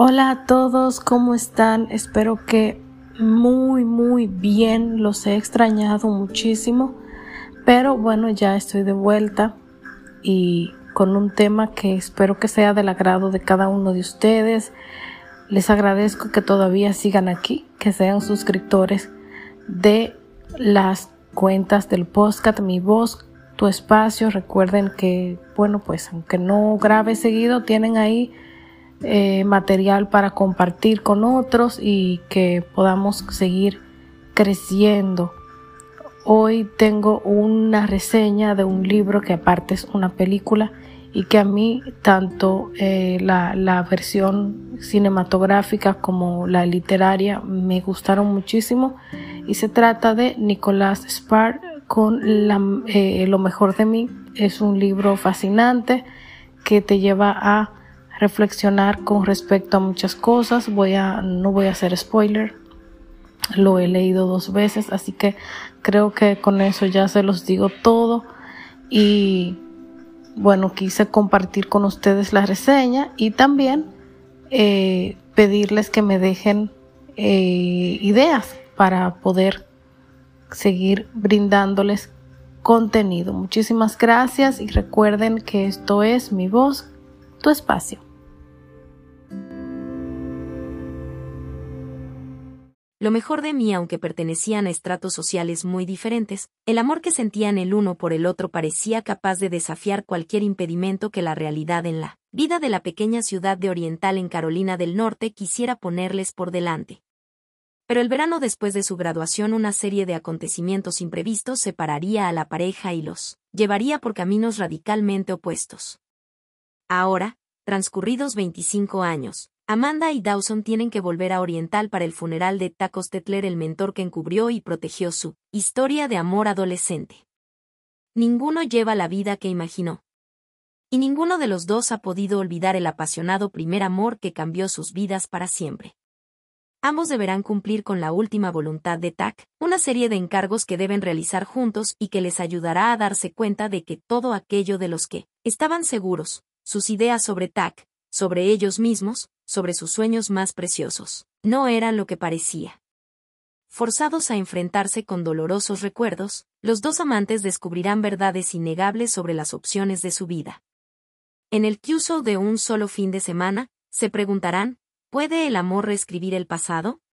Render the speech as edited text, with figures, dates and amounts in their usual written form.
Hola a todos, ¿cómo están? Espero que muy bien. Los he extrañado muchísimo, pero bueno, ya estoy de vuelta y con un tema que espero que sea del agrado de cada uno de ustedes. Les agradezco que todavía sigan aquí, que sean suscriptores de las cuentas del podcast Mi Voz, Tu Espacio. Recuerden que, bueno, pues aunque no grabe seguido, tienen ahí material para compartir con otros y que podamos seguir creciendo. Hoy tengo una reseña de un libro que aparte es una película y que a mí tanto la versión cinematográfica como la literaria me gustaron muchísimo, y se trata de Nicholas Sparks con Lo mejor de mí. Es un libro fascinante que te lleva a reflexionar con respecto a muchas cosas. No voy a hacer spoiler, lo he leído 2 veces, así que creo que con eso ya se los digo todo. Y bueno, quise compartir con ustedes la reseña y también pedirles que me dejen ideas para poder seguir brindándoles contenido. Muchísimas gracias y recuerden que esto es Mi Voz, Tu Espacio. Lo mejor de mí, aunque pertenecían a estratos sociales muy diferentes, el amor que sentían el uno por el otro parecía capaz de desafiar cualquier impedimento que la realidad en la vida de la pequeña ciudad de Oriental en Carolina del Norte quisiera ponerles por delante. Pero el verano después de su graduación, una serie de acontecimientos imprevistos separaría a la pareja y los llevaría por caminos radicalmente opuestos. Ahora, transcurridos 25 años, Amanda y Dawson tienen que volver a Oriental para el funeral de Taco Stetler, el mentor que encubrió y protegió su historia de amor adolescente. Ninguno lleva la vida que imaginó. Y ninguno de los dos ha podido olvidar el apasionado primer amor que cambió sus vidas para siempre. Ambos deberán cumplir con la última voluntad de Tak, una serie de encargos que deben realizar juntos y que les ayudará a darse cuenta de que todo aquello de los que estaban seguros, sus ideas sobre Tak, sobre ellos mismos, sobre sus sueños más preciosos, no eran lo que parecía. Forzados a enfrentarse con dolorosos recuerdos, los dos amantes descubrirán verdades innegables sobre las opciones de su vida. En el curso de un solo fin de semana, se preguntarán, ¿puede el amor reescribir el pasado?